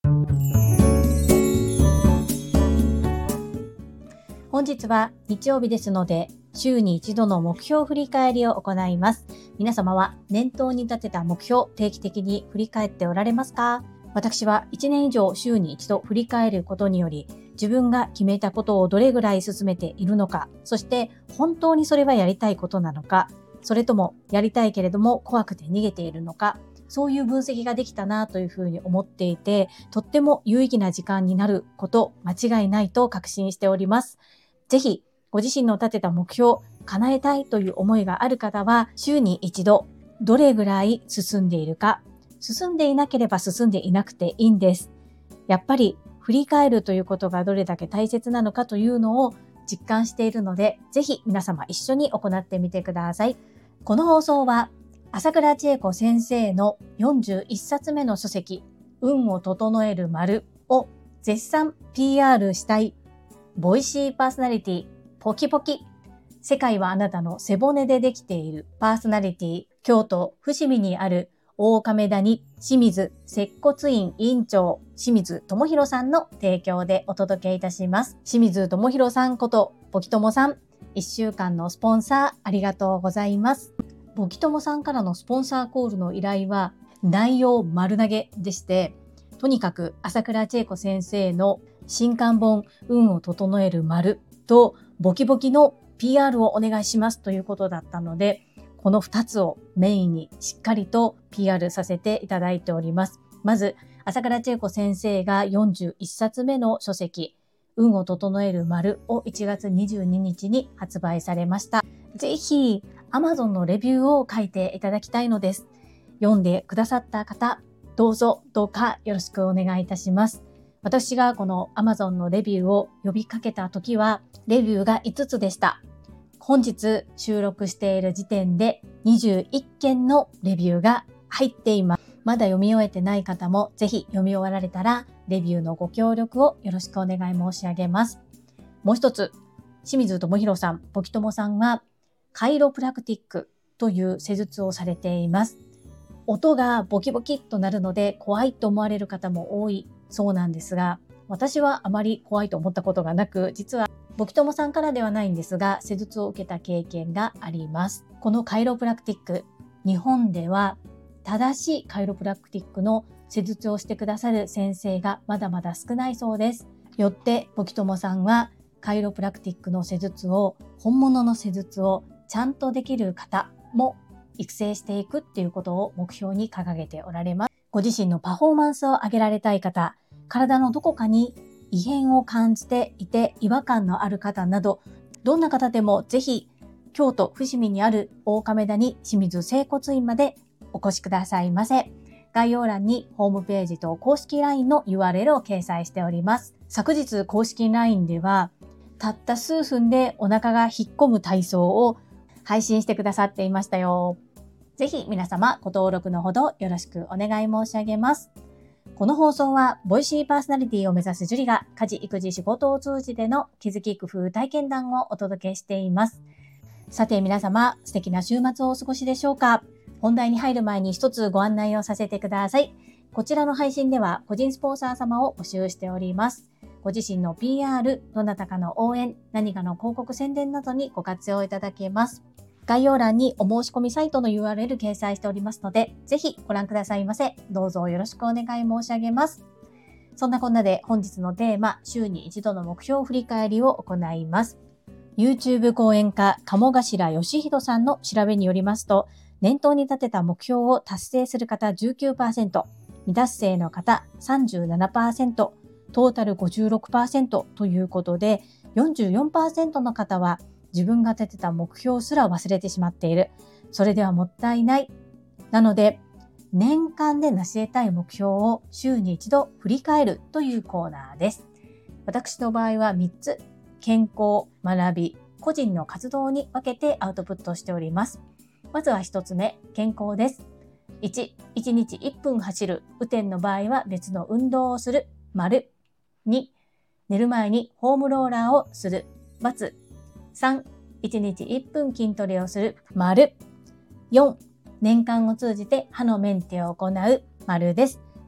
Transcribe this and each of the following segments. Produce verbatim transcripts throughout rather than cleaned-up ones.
本日は日曜日ですので、週に一度の目標振り返りを行います。皆様は念頭に立てた目標、定期的に振り返っておられますか？私はいちねん以上週に一度振り返ることにより、自分が決めたことをどれぐらい進めているのか、そして本当にそれはやりたいことなのか、それともやりたいけれども怖くて逃げているのか、そういう分析ができたなというふうに思っていて、とっても有意義な時間になること、間違いないと確信しております。ぜひ、ご自身の立てた目標、叶えたいという思いがある方は、週に一度、どれぐらい進んでいるか、進んでいなければ進んでいなくていいんです。やっぱり、振り返るということがどれだけ大切なのかというのを実感しているので、ぜひ皆様一緒に行ってみてください。この放送は、朝倉千恵子先生のよんじゅういっさつめの書籍、運を整える丸を絶賛 ピーアール したいボイシーパーソナリティ、ポキポキ。世界はあなたの背骨でできているパーソナリティ、京都伏見にある大亀谷清水接骨院院長、清水智弘さんの提供でお届けいたします。清水智弘さんことポキトモさん、いっしゅうかんのスポンサーありがとうございます。ポキトモさんからのスポンサーコールの依頼は内容丸投げでして、とにかく朝倉千恵子先生の新刊本運を整える丸とボキボキの ピーアール をお願いしますということだったので、このふたつをメインにしっかりと ピーアール させていただいております。まず、朝倉千恵子先生がよんじゅういっさつめの書籍、運を整える丸をいちがつにじゅうににちに発売されました。ぜひ、Amazon のレビューを書いていただきたいのです。読んでくださった方、どうぞどうかよろしくお願いいたします。私がこの Amazon のレビューを呼びかけた時は、レビューがいつつでした。本日収録している時点でにじゅういっけんのレビューが入っています。まだ読み終えてない方もぜひ読み終わられたら、レビューのご協力をよろしくお願い申し上げます。もう一つ、清水智弘さん、ポキトモさんは、カイロプラクティックという施術をされています。音がボキボキっとなるので怖いと思われる方も多いそうなんですが、私はあまり怖いと思ったことがなく、実はボキトモさんからではないんですが、施術を受けた経験があります。このカイロプラクティック、日本では正しいカイロプラクティックの施術をしてくださる先生がまだまだ少ないそうです。よってボキトモさんはカイロプラクティックの施術を、本物の施術をちゃんとできる方も育成していくっていうことを目標に掲げておられます。ご自身のパフォーマンスを上げられたい方、体のどこかに異変を感じていて違和感のある方など、どんな方でもぜひ京都伏見にある大亀谷清水整骨院までお越しくださいませ。概要欄にホームページと公式 ライン の ユーアールエル を掲載しております。昨日公式 ライン では、たった数分でお腹が引っ込む体操を配信してくださっていましたよ。ぜひ皆様ご登録のほどよろしくお願い申し上げます。この放送はボイシーパーソナリティを目指すジュリが家事・育児・仕事を通じての気づき工夫体験談をお届けしています。さて皆様、素敵な週末をお過ごしでしょうか？本題に入る前に一つご案内をさせてください。こちらの配信では個人スポンサー様を募集しております。ご自身の ピーアール、どなたかの応援、何かの広告宣伝などにご活用いただけます。概要欄にお申し込みサイトの ユーアールエル 掲載しておりますので、ぜひご覧くださいませ。どうぞよろしくお願い申し上げます。そんなこんなで本日のテーマ、週に一度の目標振り返りを行います。YouTube 講演家、鴨頭義弘さんの調べによりますと、念頭に立てた目標を達成する方 じゅうきゅうパーセント、未達成の方 さんじゅうななパーセント、トータル ごじゅうろくパーセント ということで、よんじゅうよんパーセント の方は自分が立てた目標すら忘れてしまっている。それではもったいない。なので、年間で成し得たい目標を週に一度振り返るというコーナーです。私の場合はみっつ、健康、学び、個人の活動に分けてアウトプットしております。まずはひとつめ、健康です。いち、いちにちいっぷん走る。雨天の場合は別の運動をする。丸。に、寝る前にホームローラーをする。×。さん、いちにちいっぷん筋トレをする。丸。よん、年間を通じて歯のメンテを行う。丸です。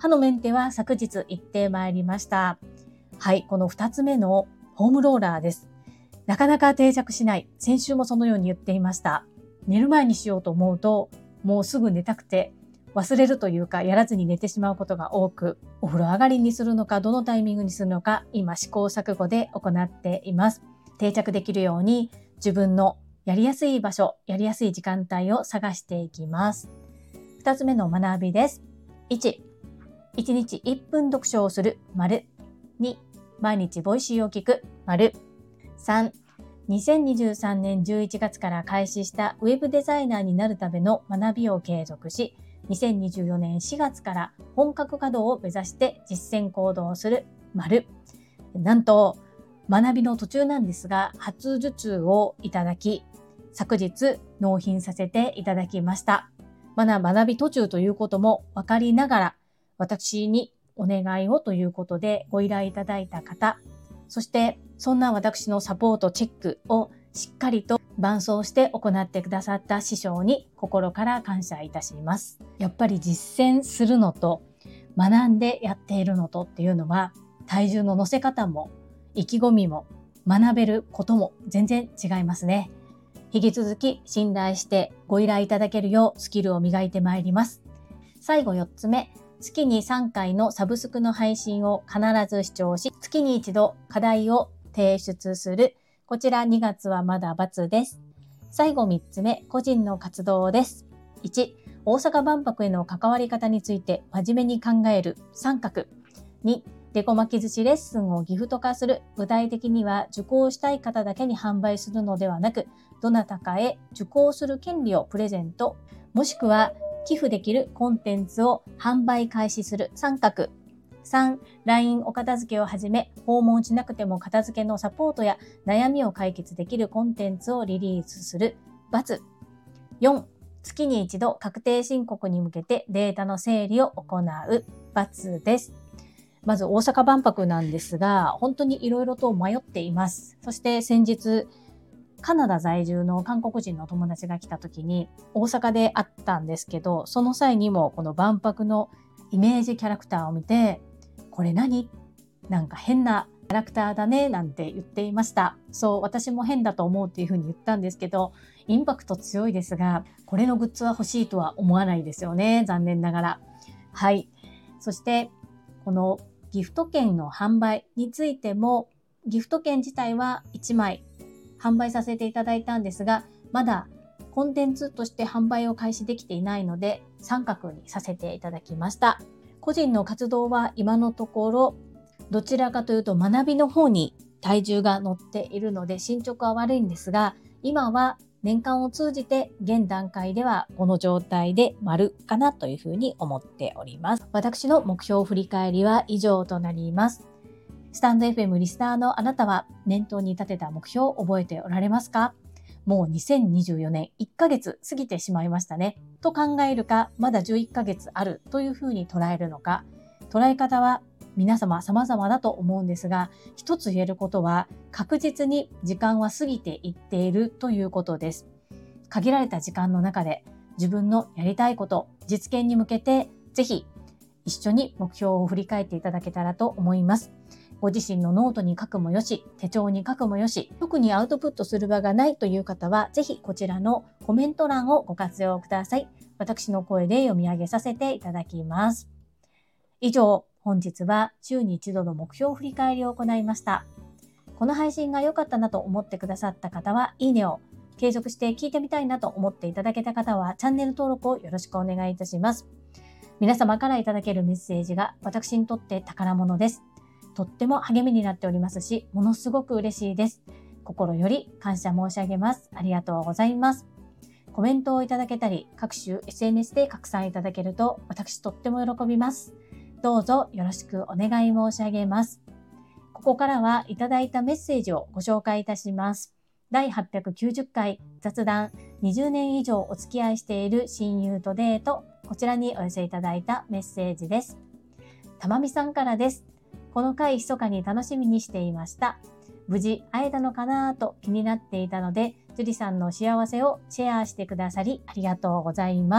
歯のメンテは昨日行ってまいりました。はい、このふたつめのフォームローラーです。なかなか定着しない。先週もそのように言っていました。寝る前にしようと思うと、もうすぐ寝たくて忘れるというか、やらずに寝てしまうことが多く、お風呂上がりにするのか、どのタイミングにするのか、今試行錯誤で行っています。定着できるように、自分のやりやすい場所、やりやすい時間帯を探していきます。ふたつめの学びです。いち、いちにちいっぷん読書をする、丸。に、毎日ボイシーを聞く、丸。さん、にせんにじゅうさんねんじゅういちがつから開始したウェブデザイナーになるための学びを継続し、にせんにじゅうよねんしがつから本格稼働を目指して実践行動する、丸。なんと、学びの途中なんですが、初受注をいただき、昨日納品させていただきました。まだ学び途中ということも分かりながら、私にお願いをということでご依頼いただいた方、そしてそんな私のサポートチェックをしっかりと伴走して行ってくださった師匠に心から感謝いたします。やっぱり実践するのと学んでやっているのとっていうのは、体重の乗せ方も意気込みも学べることも全然違いますね。引き続き信頼してご依頼いただけるようスキルを磨いてまいります。最後よっつめ、月にさんかいのサブスクの配信を必ず視聴し、月に一度課題を提出する。こちらにがつはまだ×です。最後みっつめ、個人の活動です。いち、大阪万博への関わり方について真面目に考える、三角。に、デコ巻き寿司レッスンをギフト化する。具体的には受講したい方だけに販売するのではなく、どなたかへ受講する権利をプレゼント。もしくは寄付できるコンテンツを販売開始する、三角。さん、ライン お片付けをはじめ、訪問しなくても片付けのサポートや悩みを解決できるコンテンツをリリースする、×。よん、月に一度確定申告に向けてデータの整理を行う、×です。まず大阪万博なんですが、本当にいろいろと迷っています。そして先日、カナダ在住の韓国人の友達が来た時に大阪で会ったんですけど、その際にもこの万博のイメージキャラクターを見て、これ何？なんか変なキャラクターだねなんて言っていました。そう、私も変だと思うっていうふうに言ったんですけど、インパクト強いですが、これのグッズは欲しいとは思わないですよね。残念ながら。はい。そして、このギフト券の販売についても、ギフト券自体はいちまい販売させていただいたんですが、まだコンテンツとして販売を開始できていないので、三角にさせていただきました。個人の活動は今のところ、どちらかというと学びの方に体重が乗っているので進捗は悪いんですが、今は年間を通じて現段階ではこの状態で丸かなというふうに思っております。私の目標振り返りは以上となります。スタンド エフエム リスナーのあなたは念頭に立てた目標を覚えておられますか？もうにせんにじゅうよねんいっかげつ過ぎてしまいましたね。と考えるか、まだじゅういっかげつあるというふうに捉えるのか、捉え方は皆様様々だと思うんですが、一つ言えることは確実に時間は過ぎていっているということです。限られた時間の中で自分のやりたいこと、実現に向けてぜひ一緒に目標を振り返っていただけたらと思います。ご自身のノートに書くもよし、手帳に書くもよし、特にアウトプットする場がないという方は、ぜひこちらのコメント欄をご活用ください。私の声で読み上げさせていただきます。以上、本日は週に一度の目標振り返りを行いました。この配信が良かったなと思ってくださった方は、いいねを、継続して聞いてみたいなと思っていただけた方は、チャンネル登録をよろしくお願いいたします。皆様からいただけるメッセージが私にとって宝物です。とっても励みになっておりますし、ものすごく嬉しいです。心より感謝申し上げます。ありがとうございます。コメントをいただけたり、各種 エスエヌエス で拡散いただけると、私とっても喜びます。どうぞよろしくお願い申し上げます。ここからはいただいたメッセージをご紹介いたします。だいはっぴゃくきゅうじゅっかい雑談、にじゅうねん以上お付き合いしている親友とデート、こちらにお寄せいただいたメッセージです。たまみさんからです。この回密かに楽しみにしていました。無事会えたのかなと気になっていたので、樹里さんの幸せをシェアしてくださりありがとうございます。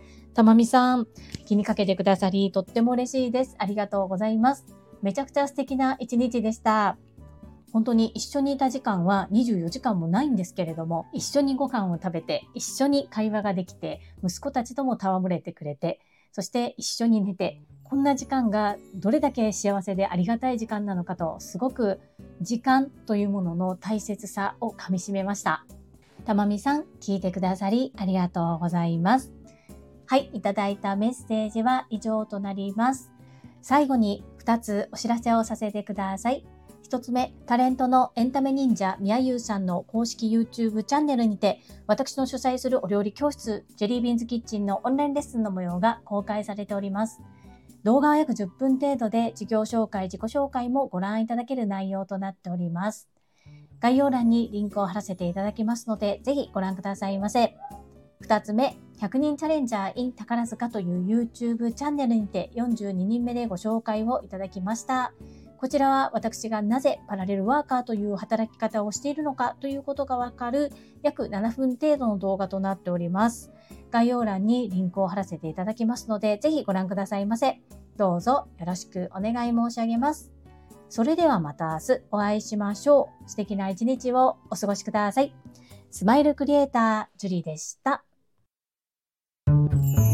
たまみさん、気にかけてくださりとっても嬉しいです。ありがとうございます。めちゃくちゃ素敵な一日でした。本当に一緒にいた時間はにじゅうよじかんもないんですけれども、一緒にご飯を食べて、一緒に会話ができて、息子たちとも戯れてくれて、そして一緒に寝て、こんな時間がどれだけ幸せでありがたい時間なのかと、すごく時間というものの大切さをかみしめました。たまみさん、聞いてくださりありがとうございます。はい、いただいたメッセージは以上となります。最後にふたつお知らせをさせてください。ひとつめ、タレントのエンタメ忍者みやゆうさんの公式 YouTube チャンネルにて、私の主催するお料理教室、ジェリービーンズキッチンのオンラインレッスンの模様が公開されております。動画は約じゅっぷん程度で、事業紹介、自己紹介もご覧いただける内容となっております。概要欄にリンクを貼らせていただきますので、ぜひご覧くださいませ。ふたつめ、ひゃくにんチャレンジャー in 宝塚という YouTube チャンネルにてよんじゅうににんめでご紹介をいただきました。こちらは私がなぜパラレルワーカーという働き方をしているのかということがわかる約ななふん程度の動画となっております。概要欄にリンクを貼らせていただきますので、ぜひご覧くださいませ。どうぞよろしくお願い申し上げます。それではまた明日お会いしましょう。素敵な一日をお過ごしください。スマイルクリエイター、ジュリでした。